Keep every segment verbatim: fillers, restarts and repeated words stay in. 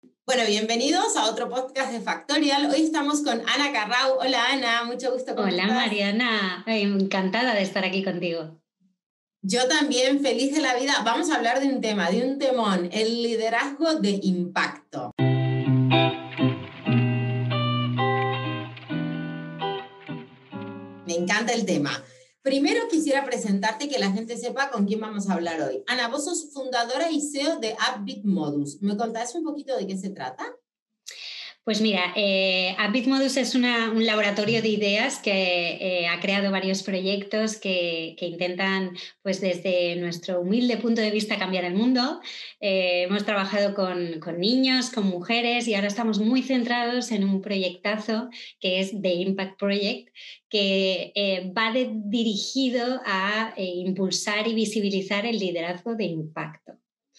Bueno, bienvenidos a otro podcast de Factorial. Hoy estamos con Ana Carrau. Hola Ana, mucho gusto. ¿Cómo Hola estás? Mariana, Ay, encantada de estar aquí contigo. Yo también, feliz de la vida. Vamos a hablar de un tema, de un temón, el liderazgo de impacto. Me encanta el tema. Primero quisiera presentarte y que la gente sepa con quién vamos a hablar hoy. Ana, vos sos fundadora y C E O de Upbeat Modus. ¿Me contás un poquito de qué se trata? Pues mira, eh, Upbeat Modus es una, un laboratorio de ideas que eh, ha creado varios proyectos que, que intentan, pues desde nuestro humilde punto de vista, cambiar el mundo. Eh, hemos trabajado con, con niños, con mujeres y ahora estamos muy centrados en un proyectazo que es The Impact Project, que eh, va de, dirigido a eh, impulsar y visibilizar el liderazgo de impacto.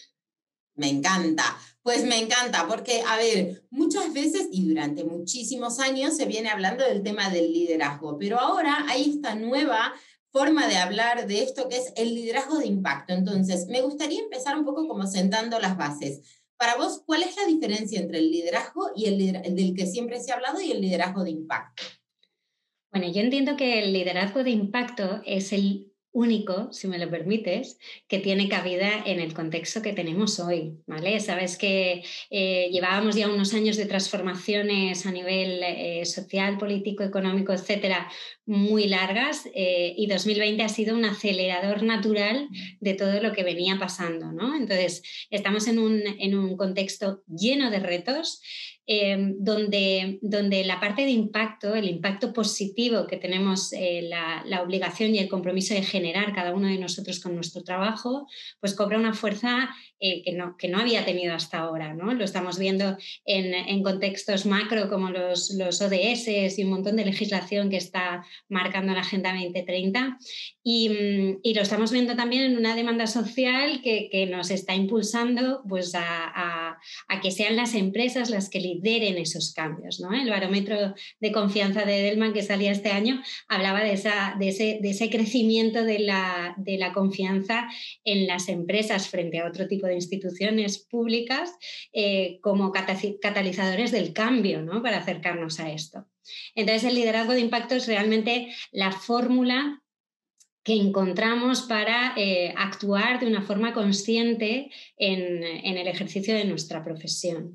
Me encanta, pues me encanta, porque, a ver, muchas veces y durante muchísimos años se viene hablando del tema del liderazgo, pero ahora hay esta nueva forma de hablar de esto que es el liderazgo de impacto. Entonces, me gustaría empezar un poco como sentando las bases. Para vos, ¿cuál es la diferencia entre el liderazgo y el, lider el del que siempre se ha hablado y el liderazgo de impacto? Bueno, yo entiendo que el liderazgo de impacto es el único, si me lo permites, que tiene cabida en el contexto que tenemos hoy, ¿vale? Sabes que eh, llevábamos ya unos años de transformaciones a nivel eh, social, político, económico, etcétera, muy largas eh, y dos mil veinte ha sido un acelerador natural de todo lo que venía pasando, ¿no? Entonces, estamos en un, en un contexto lleno de retos eh, donde, donde la parte de impacto, el impacto positivo que tenemos eh, la, la obligación y el compromiso de generar cada uno de nosotros con nuestro trabajo, pues cobra una fuerza eh, que, no, que no había tenido hasta ahora, ¿no? Lo estamos viendo en, en contextos macro como los, los O D S y un montón de legislación que está marcando la Agenda veinte treinta y, y lo estamos viendo también en una demanda social que, que nos está impulsando pues, a, a, a que sean las empresas las que lideren esos cambios, ¿no? El barómetro de confianza de Edelman que salía este año hablaba de, esa, de, ese, de ese crecimiento de la, de la confianza en las empresas frente a otro tipo de instituciones públicas eh, como catalizadores del cambio, ¿no? Para acercarnos a esto. Entonces, el liderazgo de impacto es realmente la fórmula que encontramos para eh, actuar de una forma consciente en, en el ejercicio de nuestra profesión.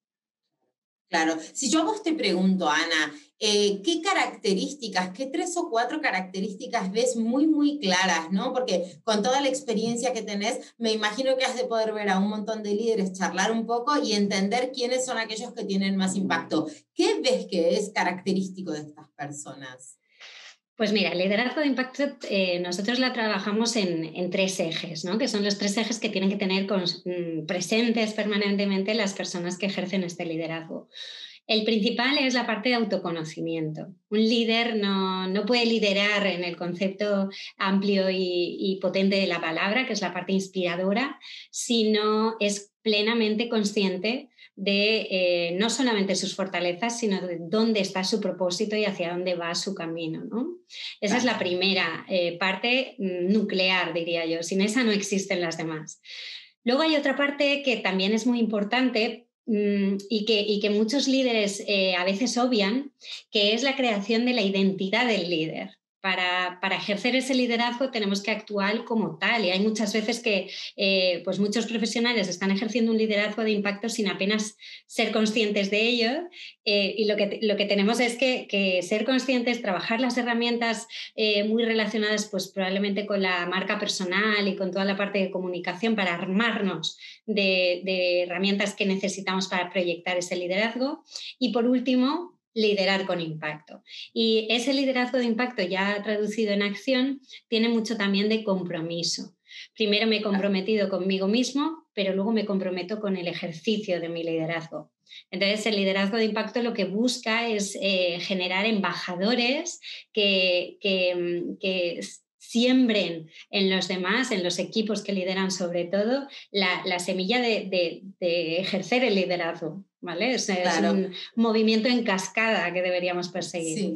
Claro, si yo a vos te pregunto, Ana, eh, ¿qué características, qué tres o cuatro características ves muy, muy claras, ¿no? Porque con toda la experiencia que tenés, me imagino que has de poder ver a un montón de líderes, charlar un poco y entender quiénes son aquellos que tienen más impacto. ¿Qué ves que es característico de estas personas? Pues mira, el liderazgo de impacto eh, nosotros la trabajamos en, en tres ejes, ¿no? Que son los tres ejes que tienen que tener con, mm, presentes permanentemente las personas que ejercen este liderazgo. El principal es la parte de autoconocimiento. Un líder no, no puede liderar en el concepto amplio y, y potente de la palabra, que es la parte inspiradora, si no es plenamente consciente de eh, no solamente sus fortalezas, sino de dónde está su propósito y hacia dónde va su camino, ¿no? Esa es la primera eh, parte nuclear, diría yo. Sin esa no existen las demás. Luego hay otra parte que también es muy importante mmm, y, que, y que muchos líderes eh, a veces obvian, que es la creación de la identidad del líder. Para, para, ejercer ese liderazgo tenemos que actuar como tal y hay muchas veces que eh, pues muchos profesionales están ejerciendo un liderazgo de impacto sin apenas ser conscientes de ello eh, y lo que, lo que tenemos es que, que ser conscientes, trabajar las herramientas eh, muy relacionadas pues probablemente con la marca personal y con toda la parte de comunicación para armarnos de, de herramientas que necesitamos para proyectar ese liderazgo y por último liderar con impacto. Y ese liderazgo de impacto ya traducido en acción tiene mucho también de compromiso. Primero me he comprometido conmigo mismo, pero luego me comprometo con el ejercicio de mi liderazgo. Entonces, el liderazgo de impacto lo que busca es eh, generar embajadores que, que, que siembren en los demás, en los equipos que lideran sobre todo, la, la semilla de, de, de ejercer el liderazgo. ¿Vale? Es, claro. Es un movimiento en cascada que deberíamos perseguir. Sí.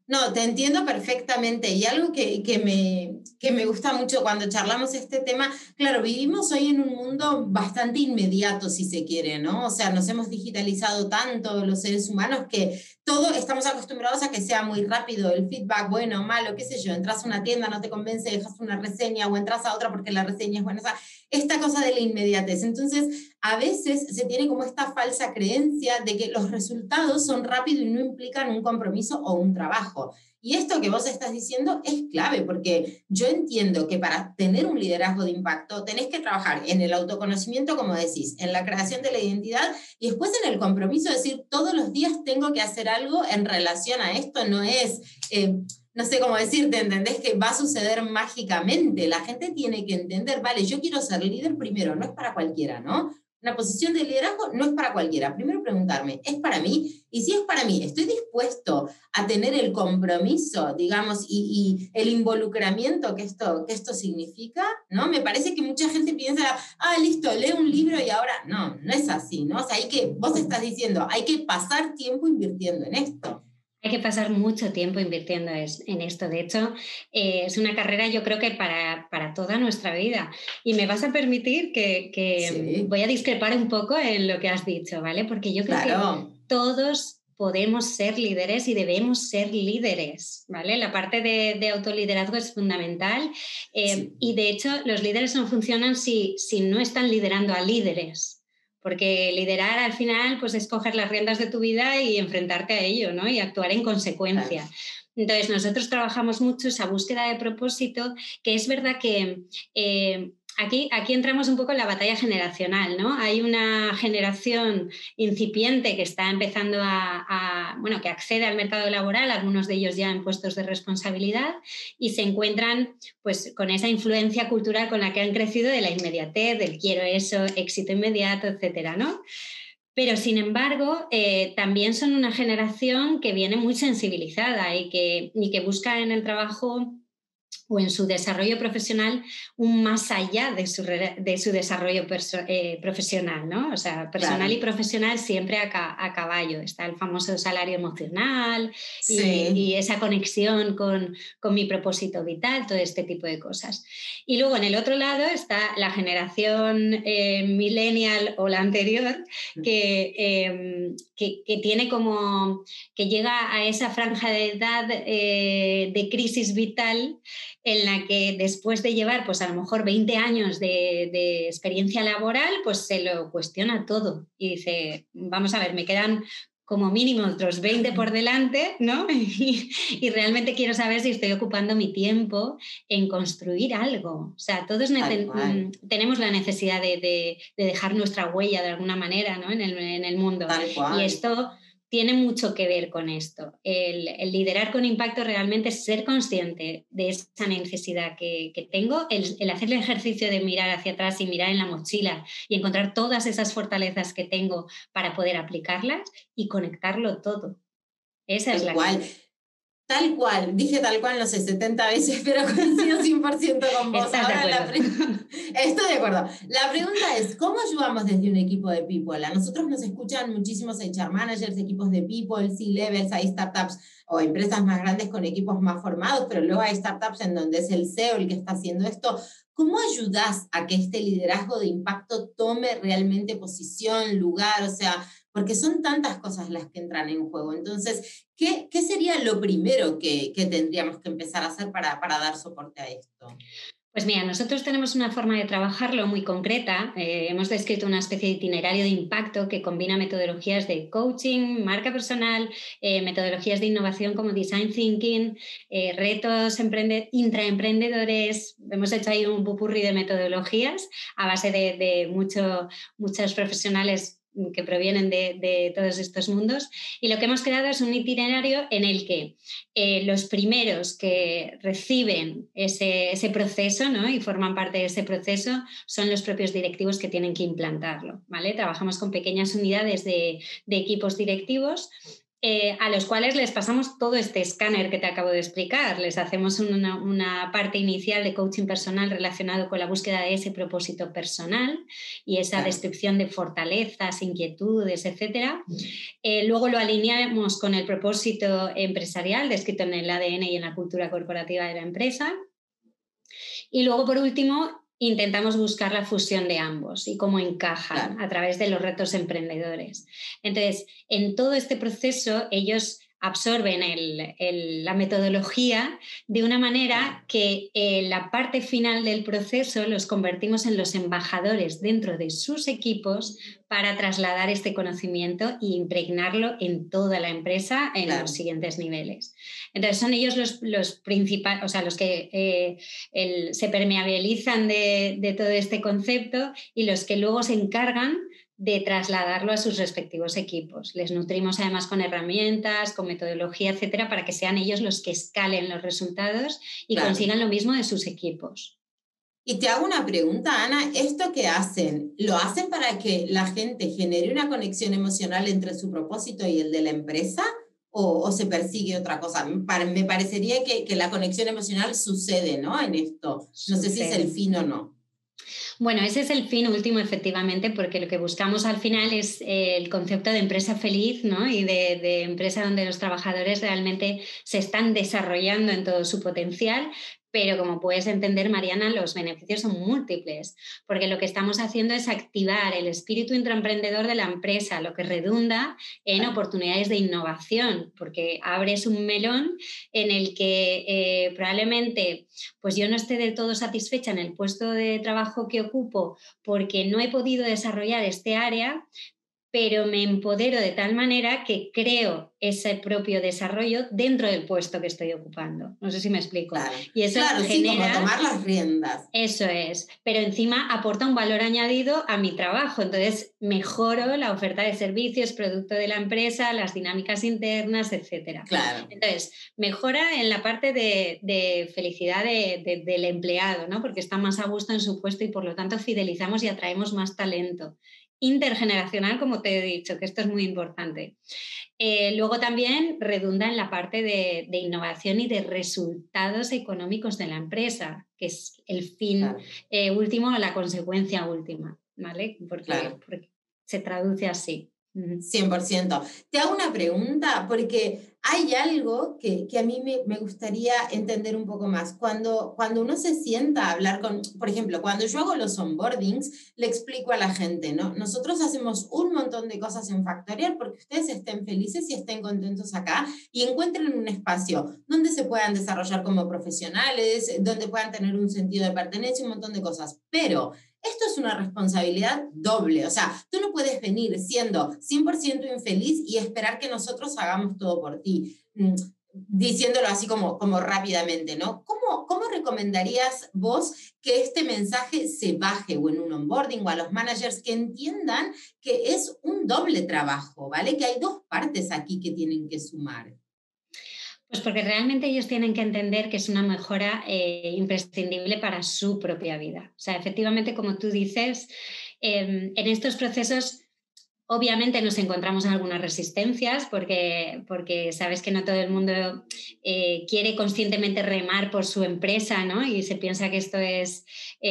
No, te entiendo perfectamente y algo que, que me, que me gusta mucho cuando charlamos este tema, claro, vivimos hoy en un mundo bastante inmediato, si se quiere, ¿no? O sea, nos hemos digitalizado tanto los seres humanos que todo estamos acostumbrados a que sea muy rápido, el feedback, bueno, malo, qué sé yo, entras a una tienda, no te convence, dejas una reseña o entras a otra porque la reseña es buena, o sea, esta cosa de la inmediatez. Entonces, a veces se tiene como esta falsa creencia de que los resultados son rápidos y no implican un compromiso o un trabajo. Y esto que vos estás diciendo es clave, porque yo entiendo que para tener un liderazgo de impacto tenés que trabajar en el autoconocimiento, como decís, en la creación de la identidad y después en el compromiso de decir todos los días tengo que hacer algo en relación a esto, no es... Eh, no sé cómo decirte, ¿entendés? Que va a suceder mágicamente. La gente tiene que entender, vale, yo quiero ser líder primero, no es para cualquiera, ¿no? Una posición de liderazgo no es para cualquiera. Primero preguntarme, ¿es para mí? Y si es para mí, ¿estoy dispuesto a tener el compromiso, digamos, y, y el involucramiento que esto, que esto significa? ¿No? Me parece que mucha gente piensa, ah, listo, lee un libro y ahora... No, no es así, ¿no? O sea, hay que, vos estás diciendo, hay que pasar tiempo invirtiendo en esto. Hay que pasar mucho tiempo invirtiendo en esto. De hecho, eh, es una carrera yo creo que para, para toda nuestra vida. Y me vas a permitir que, que Sí. voy a discrepar un poco en lo que has dicho, ¿vale? Porque yo creo Claro. que todos podemos ser líderes y debemos ser líderes, ¿vale? La parte de, de autoliderazgo es fundamental eh, Sí. y de hecho los líderes no funcionan si, si no están liderando a líderes. Porque liderar al final pues, es coger las riendas de tu vida y enfrentarte a ello, ¿no? Y actuar en consecuencia. Claro. Entonces, nosotros trabajamos mucho esa búsqueda de propósito, que es verdad que eh, aquí, aquí entramos un poco en la batalla generacional, ¿no? Hay una generación incipiente que está empezando a, a, bueno, que accede al mercado laboral, algunos de ellos ya en puestos de responsabilidad, y se encuentran pues, con esa influencia cultural con la que han crecido de la inmediatez, del quiero eso, éxito inmediato, etcétera, ¿no? Pero, sin embargo, eh, también son una generación que viene muy sensibilizada y que, y que busca en el trabajo o en su desarrollo profesional un más allá de su, de su desarrollo perso, eh, profesional, ¿no? O sea, personal claro. Y profesional siempre a, ca, a caballo. Está el famoso salario emocional sí. y, y esa conexión con, con mi propósito vital, todo este tipo de cosas. Y luego, en el otro lado, está la generación eh, millennial o la anterior, que, eh, que, que tiene como... que llega a esa franja de edad eh, de crisis vital en la que después de llevar pues a lo mejor veinte años de, de experiencia laboral, pues se lo cuestiona todo y dice, vamos a ver, me quedan como mínimo otros veinte por delante, ¿no? Y, y realmente quiero saber si estoy ocupando mi tiempo en construir algo. O sea, todos nece- tenemos la necesidad de, de, de dejar nuestra huella de alguna manera, ¿no? en, el, en el mundo. Tal cual. Y esto tiene mucho que ver con esto. El, el liderar con impacto realmente es ser consciente de esa necesidad que, que tengo, el, el hacer el ejercicio de mirar hacia atrás y mirar en la mochila y encontrar todas esas fortalezas que tengo para poder aplicarlas y conectarlo todo. Esa es la cual. Tal cual, dije tal cual, no sé, setenta veces, pero coincido cien por ciento con vos. ¿Estás Ahora de la acuerdo? pre- Estoy de acuerdo. La pregunta es, ¿cómo ayudamos desde un equipo de people? A nosotros nos escuchan muchísimos H R managers, equipos de people, C-levels, hay startups o empresas más grandes con equipos más formados, pero luego hay startups en donde es el C E O el que está haciendo esto. ¿Cómo ayudás a que este liderazgo de impacto tome realmente posición, lugar? O sea, porque son tantas cosas las que entran en juego. Entonces, ¿qué, qué sería lo primero que, que tendríamos que empezar a hacer para, para dar soporte a esto? Pues mira, nosotros tenemos una forma de trabajarlo muy concreta. Eh, hemos descrito una especie de itinerario de impacto que combina metodologías de coaching, marca personal, eh, metodologías de innovación como design thinking, eh, retos emprende- intraemprendedores. Hemos hecho ahí un popurrí de metodologías a base de, de mucho, muchos profesionales que provienen de, de todos estos mundos, y lo que hemos creado es un itinerario en el que eh, los primeros que reciben ese, ese proceso, ¿no? Y forman parte de ese proceso son los propios directivos que tienen que implantarlo, ¿vale? Trabajamos con pequeñas unidades de, de equipos directivos Eh, a los cuales les pasamos todo este escáner que te acabo de explicar. Les hacemos una, una parte inicial de coaching personal relacionado con la búsqueda de ese propósito personal y esa Claro. descripción de fortalezas, inquietudes, etcétera. Eh, luego lo alineamos con el propósito empresarial descrito en el A D N y en la cultura corporativa de la empresa. Y luego, por último, intentamos buscar la fusión de ambos y cómo encajan Claro. a través de los retos emprendedores. Entonces, en todo este proceso, ellos absorben el, el, la metodología de una manera que eh, la parte final del proceso los convertimos en los embajadores dentro de sus equipos para trasladar este conocimiento e impregnarlo en toda la empresa en Claro. los siguientes niveles. Entonces son ellos los, los principales, o sea, los que eh, el, se permeabilizan de, de todo este concepto y los que luego se encargan de trasladarlo a sus respectivos equipos. Les nutrimos además con herramientas, con metodología, etcétera, para que sean ellos los que escalen los resultados y Claro. consigan lo mismo de sus equipos. Y te hago una pregunta, Ana, ¿esto que hacen, lo hacen para que la gente genere una conexión emocional entre su propósito y el de la empresa? ¿O, o se persigue otra cosa? Me parecería que, que la conexión emocional sucede, ¿no? En esto. No sé si es el fin o no. Bueno, ese es el fin último, efectivamente, porque lo que buscamos al final es eh, el concepto de empresa feliz, ¿no? Y de, de empresa donde los trabajadores realmente se están desarrollando en todo su potencial. Pero como puedes entender, Mariana, los beneficios son múltiples, porque lo que estamos haciendo es activar el espíritu intraemprendedor de la empresa, lo que redunda en oportunidades de innovación, porque abres un melón en el que eh, probablemente pues yo no esté del todo satisfecha en el puesto de trabajo que ocupo porque no he podido desarrollar este área, pero me empodero de tal manera que creo ese propio desarrollo dentro del puesto que estoy ocupando. No sé si me explico. Claro, y eso claro genera, sí, como tomar las riendas. Eso es, pero encima aporta un valor añadido a mi trabajo, entonces mejoro la oferta de servicios, producto de la empresa, las dinámicas internas, etcétera. Claro. Entonces, mejora en la parte de, de felicidad de, de, del empleado, ¿no? Porque está más a gusto en su puesto y por lo tanto fidelizamos y atraemos más talento. Intergeneracional, como te he dicho, que esto es muy importante. Eh, luego también redunda en la parte de, de innovación y de resultados económicos de la empresa, que es el fin claro. eh, último o la consecuencia última, ¿vale? Porque, claro. porque se traduce así. cien por ciento. Te hago una pregunta, porque hay algo que, que a mí me, me gustaría entender un poco más. Cuando, cuando uno se sienta a hablar con, por ejemplo, cuando yo hago los onboardings, le explico a la gente, ¿no? Nosotros hacemos un montón de cosas en Factorial porque ustedes estén felices y estén contentos acá y encuentren un espacio donde se puedan desarrollar como profesionales, donde puedan tener un sentido de pertenencia, un montón de cosas. Pero esto es una responsabilidad doble, o sea, tú no puedes venir siendo cien por ciento infeliz y esperar que nosotros hagamos todo por ti, diciéndolo así como, como rápidamente, ¿no? ¿Cómo, ¿Cómo recomendarías vos que este mensaje se baje o en un onboarding o a los managers que entiendan que es un doble trabajo, ¿vale? Que hay dos partes aquí que tienen que sumar. Pues porque realmente ellos tienen que entender que es una mejora eh, imprescindible para su propia vida. O sea, efectivamente, como tú dices, eh, en estos procesos obviamente nos encontramos algunas resistencias porque, porque sabes que no todo el mundo eh, quiere conscientemente remar por su empresa, ¿no? Y se piensa que esto es,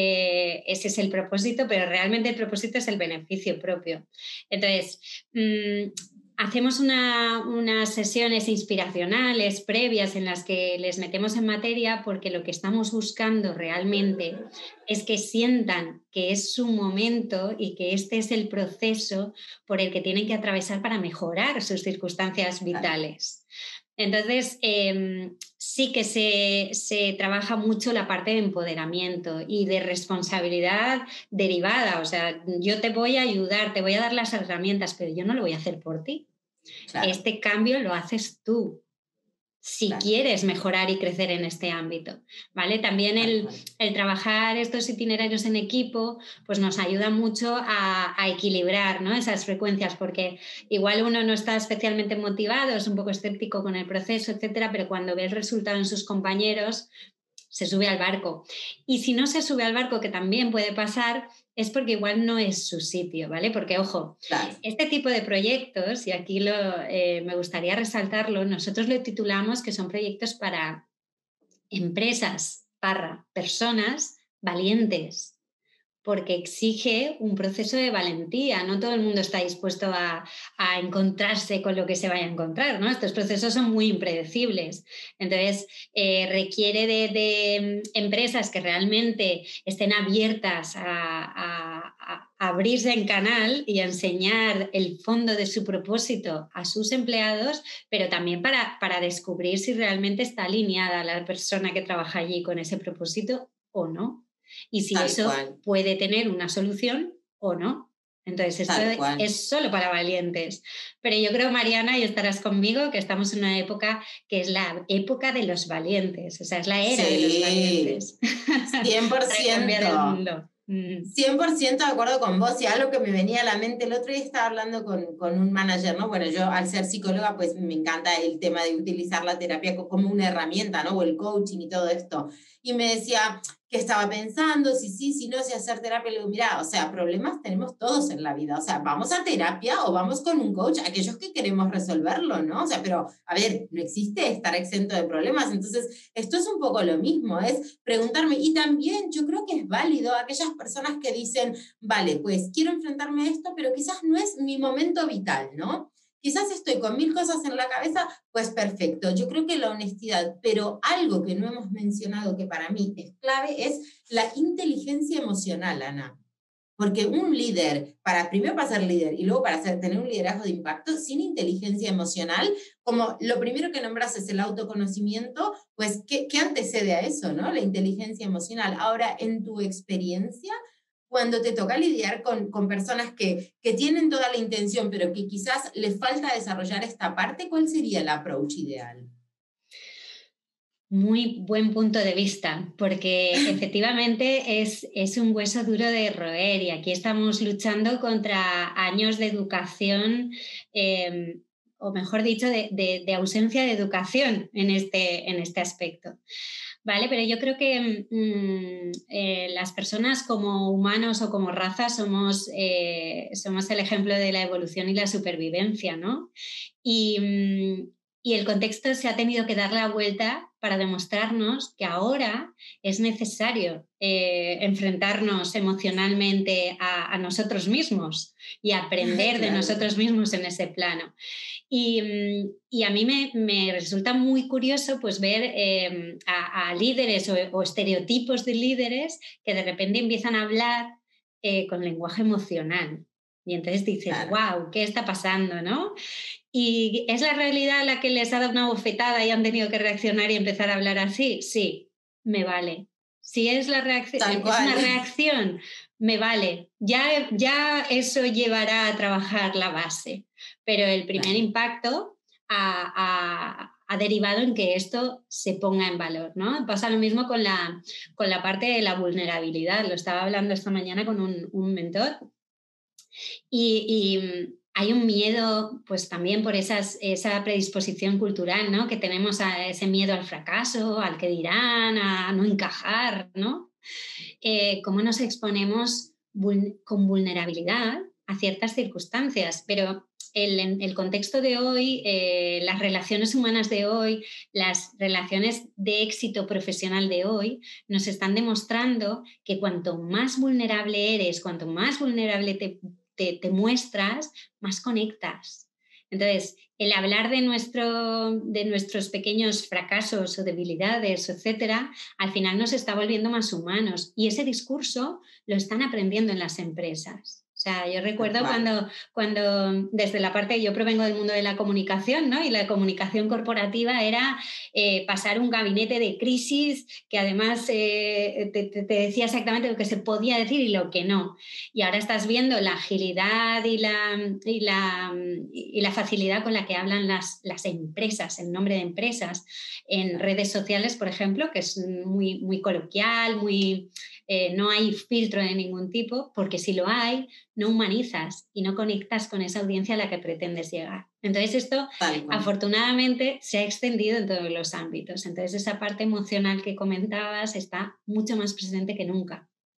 eh, ese es el propósito, pero realmente el propósito es el beneficio propio. Entonces, mmm, hacemos una, unas sesiones inspiracionales previas en las que les metemos en materia porque lo que estamos buscando realmente es que sientan que es su momento y que este es el proceso por el que tienen que atravesar para mejorar sus circunstancias vitales. Entonces, eh, sí que se, se trabaja mucho la parte de empoderamiento y de responsabilidad derivada. O sea, yo te voy a ayudar, te voy a dar las herramientas, pero yo no lo voy a hacer por ti. Claro. Este cambio lo haces tú, si claro. quieres mejorar y crecer en este ámbito, ¿vale? También el, el trabajar estos itinerarios en equipo pues nos ayuda mucho a, a equilibrar, ¿no? Esas frecuencias, porque igual uno no está especialmente motivado, es un poco escéptico con el proceso, etcétera, pero cuando ve el resultado en sus compañeros se sube al barco. Y si no se sube al barco, que también puede pasar, es porque igual no es su sitio, ¿vale? Porque, ojo, Claro. este tipo de proyectos, y aquí lo, eh, me gustaría resaltarlo, nosotros lo titulamos que son proyectos para empresas, barra, personas valientes, porque exige un proceso de valentía. No todo el mundo está dispuesto a, a encontrarse con lo que se vaya a encontrar, ¿no? Estos procesos son muy impredecibles. Entonces, eh, requiere de, de empresas que realmente estén abiertas a, a, a abrirse en canal y a enseñar el fondo de su propósito a sus empleados, pero también para, para descubrir si realmente está alineada la persona que trabaja allí con ese propósito o no. Y si Tal eso cual, puede tener una solución o no. Entonces, esto tal cual. es solo para valientes. Pero yo creo, Mariana, y estarás conmigo, que estamos en una época que es la época de los valientes, o sea, es la era de los Sí, valientes cien por para cambiar el ciento. mundo. Mm. cien por ciento de acuerdo con vos, y algo que me venía a la mente, el otro día estaba hablando con, con un manager, ¿no? Bueno, yo al ser psicóloga, pues me encanta el tema de utilizar la terapia como una herramienta, ¿no? O el coaching y todo esto. Y me decía que estaba pensando, si sí, si no, si hacer terapia. Le digo, mira, o sea, problemas tenemos todos en la vida, o sea, vamos a terapia o vamos con un coach, aquellos que queremos resolverlo, ¿no? O sea, pero, a ver, no existe estar exento de problemas, entonces, esto es un poco lo mismo, es preguntarme, y también yo creo que es válido aquellas personas que dicen, vale, pues quiero enfrentarme a esto, pero quizás no es mi momento vital, ¿no? Quizás estoy con mil cosas en la cabeza, pues perfecto. Yo creo que la honestidad, pero algo que no hemos mencionado que para mí es clave es la inteligencia emocional, Ana. Porque un líder, para, primero para ser líder y luego para hacer, tener un liderazgo de impacto, sin inteligencia emocional, como lo primero que nombras es el autoconocimiento, pues, ¿qué, qué antecede a eso, no? La inteligencia emocional. Ahora, en tu experiencia, cuando te toca lidiar con, con personas que, que tienen toda la intención, pero que quizás les falta desarrollar esta parte, ¿cuál sería el approach ideal? Muy buen punto de vista, porque efectivamente es, es un hueso duro de roer y aquí estamos luchando contra años de educación, eh, o mejor dicho, de, de, de ausencia de educación en este, en este aspecto. Vale, pero yo creo que mmm, eh, las personas como humanos o como raza somos, eh, somos el ejemplo de la evolución y la supervivencia, ¿no? Y, mmm, y el contexto se ha tenido que dar la vuelta para demostrarnos que ahora es necesario eh, enfrentarnos emocionalmente a, a nosotros mismos y aprender de Claro. nosotros mismos en ese plano. Y, mm, y a mí me, me, resulta muy curioso pues, ver eh, a, a, líderes o, o, estereotipos de líderes que de repente empiezan a hablar eh, con lenguaje emocional. Y entonces dices, Claro. wow, ¿qué está pasando? ¿No? ¿Y es la realidad la que les ha dado una bofetada y han tenido que reaccionar y empezar a hablar así? Sí, me vale. Si es, la reacción, Tal es cual. una reacción, me vale. Ya, ya eso llevará a trabajar la base. Pero el primer Claro. impacto ha, ha, ha, derivado en que esto se ponga en valor, ¿no? Pasa lo mismo con la, con la parte de la vulnerabilidad. Lo estaba hablando esta mañana con un, un mentor y, y hay un miedo, pues también por esas, esa predisposición cultural, ¿no? Que tenemos a ese miedo al fracaso, al que dirán, a no encajar, ¿no? Eh, cómo nos exponemos vul- con vulnerabilidad a ciertas circunstancias, pero el, el contexto de hoy, eh, las relaciones humanas de hoy, las relaciones de éxito profesional de hoy, nos están demostrando que cuanto más vulnerable eres, cuanto más vulnerable te, te, te muestras, más conectas. Entonces, el hablar de, nuestro, de nuestros pequeños fracasos o debilidades, etcétera, al final nos está volviendo más humanos y ese discurso lo están aprendiendo en las empresas. O sea, yo Tal recuerdo cual. cuando, cuando desde la parte, yo provengo del mundo de la comunicación, ¿no? Y la comunicación corporativa era eh, pasar un gabinete de crisis que además eh, te, te decía exactamente lo que se podía decir y lo que no. Y ahora estás viendo la agilidad y la, y la, y la facilidad con la que hablan las, las empresas, el nombre de empresas, en redes sociales, por ejemplo, que es muy, muy coloquial, muy, eh, no hay filtro de ningún tipo, porque si lo hay, no humanizas y no conectas con esa audiencia a la que pretendes llegar. Entonces esto, Tal cual. afortunadamente, se ha extendido en todos los ámbitos. Entonces esa parte emocional que comentabas está mucho más presente que nunca.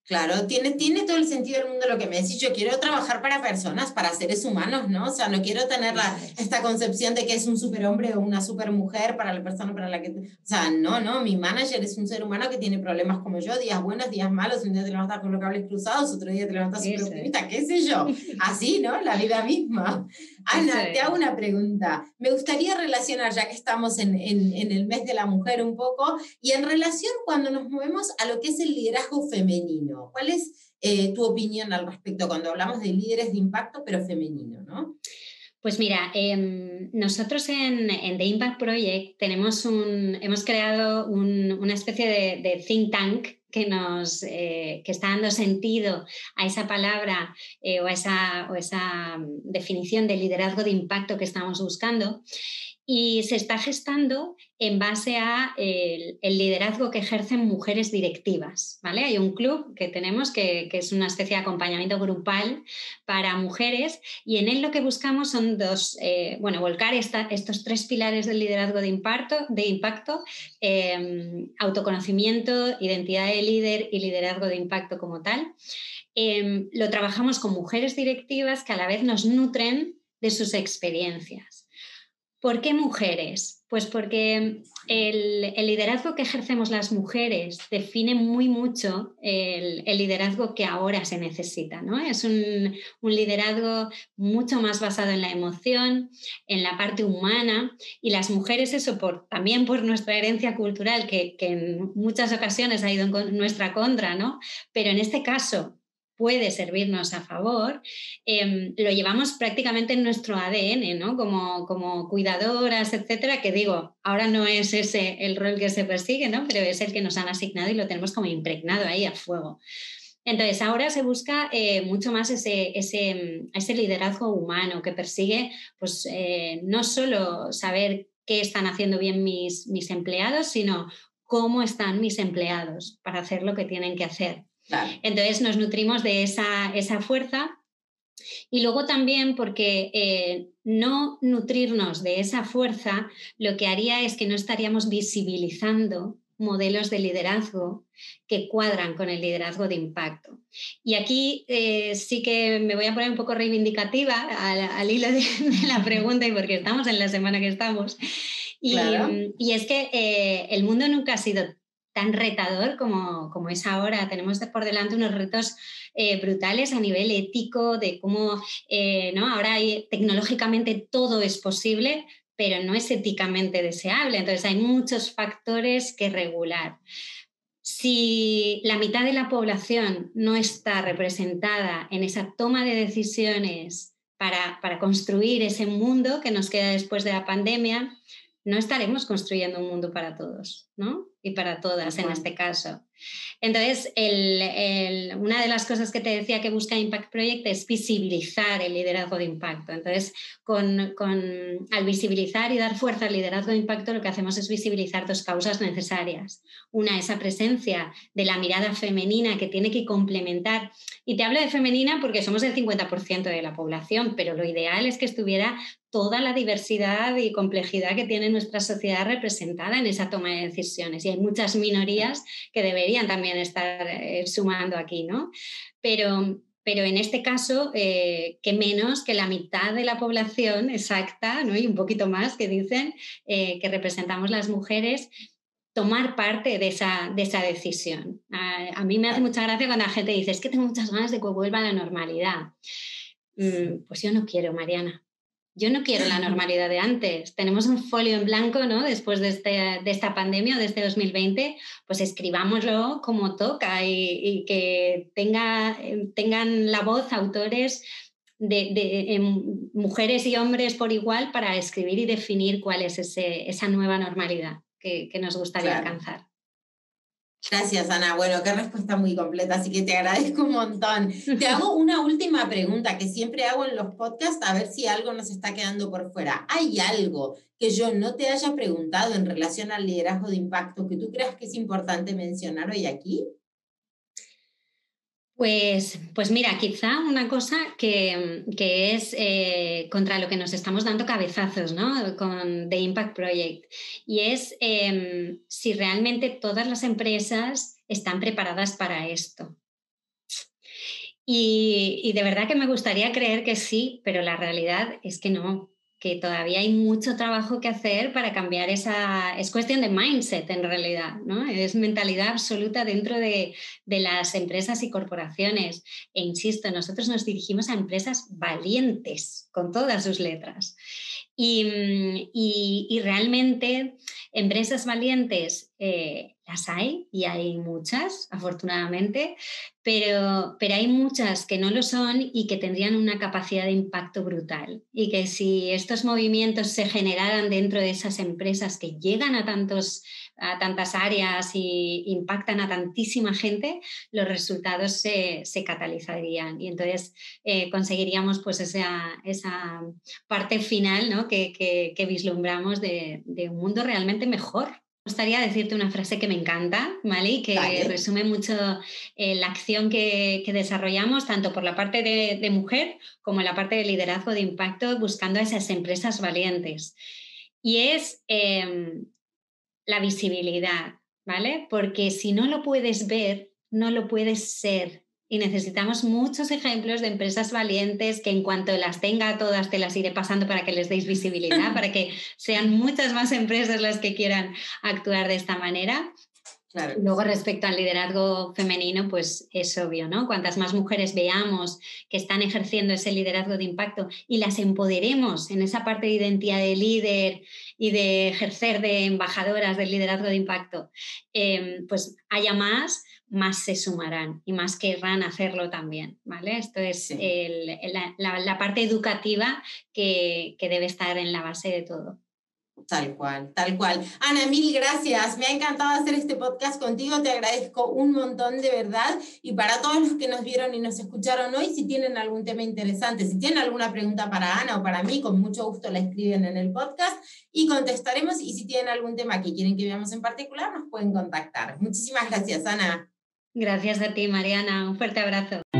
Claro, tiene, tiene todo el sentido del mundo lo que me decís. Yo quiero trabajar para personas, para seres humanos, ¿no? O sea, no quiero tener la, esta concepción de que es un superhombre o una supermujer para la persona para la que... O sea, no, no, mi manager es un ser humano que tiene problemas como yo, días buenos, días malos, un día te levantas con los cables cruzados, otro día te levantas súper optimista, qué sé yo. Así, ¿no? La vida misma. Ana, te hago una pregunta. Me gustaría relacionar, ya que estamos en, en, en el mes de la mujer un poco, y en relación cuando nos movemos a lo que es el liderazgo femenino. ¿Cuál es eh, tu opinión al respecto cuando hablamos de líderes de impacto, pero femenino, ¿no? Pues mira, eh, nosotros en, en The Impact Project tenemos un, hemos creado un, una especie de, de think tank que, nos, eh, que está dando sentido a esa palabra eh, o, a esa, o esa definición de liderazgo de impacto que estamos buscando. Y se está gestando en base a el, el liderazgo que ejercen mujeres directivas, ¿vale? Hay un club que tenemos que, que es una especie de acompañamiento grupal para mujeres y en él lo que buscamos son dos, eh, bueno, volcar esta, estos tres pilares del liderazgo de impacto, de impacto eh, autoconocimiento, identidad de líder y liderazgo de impacto como tal. Eh, lo trabajamos con mujeres directivas que a la vez nos nutren de sus experiencias. ¿Por qué mujeres? Pues porque el, el liderazgo que ejercemos las mujeres define muy mucho el, el liderazgo que ahora se necesita, ¿no? Es un, un liderazgo mucho más basado en la emoción, en la parte humana, y las mujeres, eso por, también por nuestra herencia cultural, que, que en muchas ocasiones ha ido en nuestra contra, ¿no? Pero en este caso puede servirnos a favor, eh, lo llevamos prácticamente en nuestro A D N, ¿no? Como, como cuidadoras, etcétera, que digo, ahora no es ese el rol que se persigue, ¿no? Pero es el que nos han asignado y lo tenemos como impregnado ahí a fuego. Entonces, ahora se busca eh, mucho más ese, ese, ese liderazgo humano que persigue, pues, eh, no solo saber qué están haciendo bien mis, mis empleados, sino cómo están mis empleados para hacer lo que tienen que hacer. Claro. Entonces nos nutrimos de esa, esa fuerza y luego también porque eh, no nutrirnos de esa fuerza lo que haría es que no estaríamos visibilizando modelos de liderazgo que cuadran con el liderazgo de impacto. Y aquí eh, sí que me voy a poner un poco reivindicativa al, al hilo de, de la pregunta y porque estamos en la semana que estamos. Y, claro. y es que eh, el mundo nunca ha sido tan retador como, como es ahora. Tenemos por delante unos retos eh, brutales a nivel ético, de cómo eh, ¿no? ahora hay, tecnológicamente todo es posible, pero no es éticamente deseable. Entonces hay muchos factores que regular. Si la mitad de la población no está representada en esa toma de decisiones para, para construir ese mundo que nos queda después de la pandemia, no estaremos construyendo un mundo para todos, ¿no? Y para todas, en este caso. Entonces, el, el, una de las cosas que te decía que busca Impact Project es visibilizar el liderazgo de impacto. Entonces, con, con, al visibilizar y dar fuerza al liderazgo de impacto, lo que hacemos es visibilizar dos causas necesarias. Una, esa presencia de la mirada femenina que tiene que complementar. Y te hablo de femenina porque somos el cincuenta por ciento de la población, pero lo ideal es que estuviera toda la diversidad y complejidad que tiene nuestra sociedad representada en esa toma de decisiones. Y hay muchas minorías que deberían también estar eh, sumando aquí, ¿no? Pero, pero en este caso, eh, que menos que la mitad de la población exacta, ¿no? Y un poquito más que dicen eh, que representamos las mujeres, tomar parte de esa, de esa decisión. A, a mí me hace mucha gracia cuando la gente dice, es que tengo muchas ganas de que vuelva a la normalidad. Mm, pues yo no quiero, Mariana. Yo no quiero la normalidad de antes. Tenemos un folio en blanco, ¿no? Después de, este, de esta pandemia o de este dos mil veinte, pues escribámoslo como toca y, y que tenga, tengan la voz autores de, de, de mujeres y hombres por igual para escribir y definir cuál es ese, esa nueva normalidad que, que nos gustaría claro. alcanzar. Gracias, Ana. Bueno, qué respuesta muy completa, así que te agradezco un montón. Te hago una última pregunta que siempre hago en los podcasts, a ver si algo nos está quedando por fuera. ¿Hay algo que yo no te haya preguntado en relación al liderazgo de impacto que tú creas que es importante mencionar hoy aquí? Pues, pues mira, quizá una cosa que, que es eh, contra lo que nos estamos dando cabezazos, ¿no? Con The Impact Project, y es eh, si realmente todas las empresas están preparadas para esto. Y, y de verdad que me gustaría creer que sí, pero la realidad es que no, que todavía hay mucho trabajo que hacer para cambiar esa... Es cuestión de mindset en realidad, ¿no? Es mentalidad absoluta dentro de, de las empresas y corporaciones. E insisto, nosotros nos dirigimos a empresas valientes, con todas sus letras. Y, mm, y, y realmente empresas valientes eh, las hay, y hay muchas, afortunadamente, pero, pero hay muchas que no lo son y que tendrían una capacidad de impacto brutal. Y que si estos movimientos se generaran dentro de esas empresas que llegan a, tantos, a tantas áreas y impactan a tantísima gente, los resultados se, se catalizarían. Y entonces eh, conseguiríamos pues esa, esa parte final, ¿no? que, que, que vislumbramos de, de un mundo realmente mejor. Me gustaría decirte una frase que me encanta, ¿vale? Y que Vale. resume mucho eh, la acción que, que, desarrollamos, tanto por la parte de, de mujer como la parte de liderazgo de impacto, buscando a esas empresas valientes. Y es eh, la visibilidad, ¿vale? Porque si no lo puedes ver, no lo puedes ser. Y necesitamos muchos ejemplos de empresas valientes que en cuanto las tenga todas te las iré pasando para que les deis visibilidad, para que sean muchas más empresas las que quieran actuar de esta manera. Claro. Luego, respecto al liderazgo femenino, pues es obvio, ¿no? Cuantas más mujeres veamos que están ejerciendo ese liderazgo de impacto y las empoderemos en esa parte de identidad de líder y de ejercer de embajadoras del liderazgo de impacto, eh, pues haya más, más se sumarán y más querrán hacerlo también, ¿vale? Esto es Sí. el, la, la, la parte educativa que, que debe estar en la base de todo. Tal cual, tal cual. Ana, mil gracias. Me ha encantado hacer este podcast contigo. Te agradezco un montón de verdad. Y para todos los que nos vieron y nos escucharon hoy, si tienen algún tema interesante, si tienen alguna pregunta para Ana o para mí, con mucho gusto la escriben en el podcast y contestaremos. Y si tienen algún tema que quieren que veamos en particular, nos pueden contactar. Muchísimas gracias, Ana. Gracias a ti, Mariana. Un fuerte abrazo.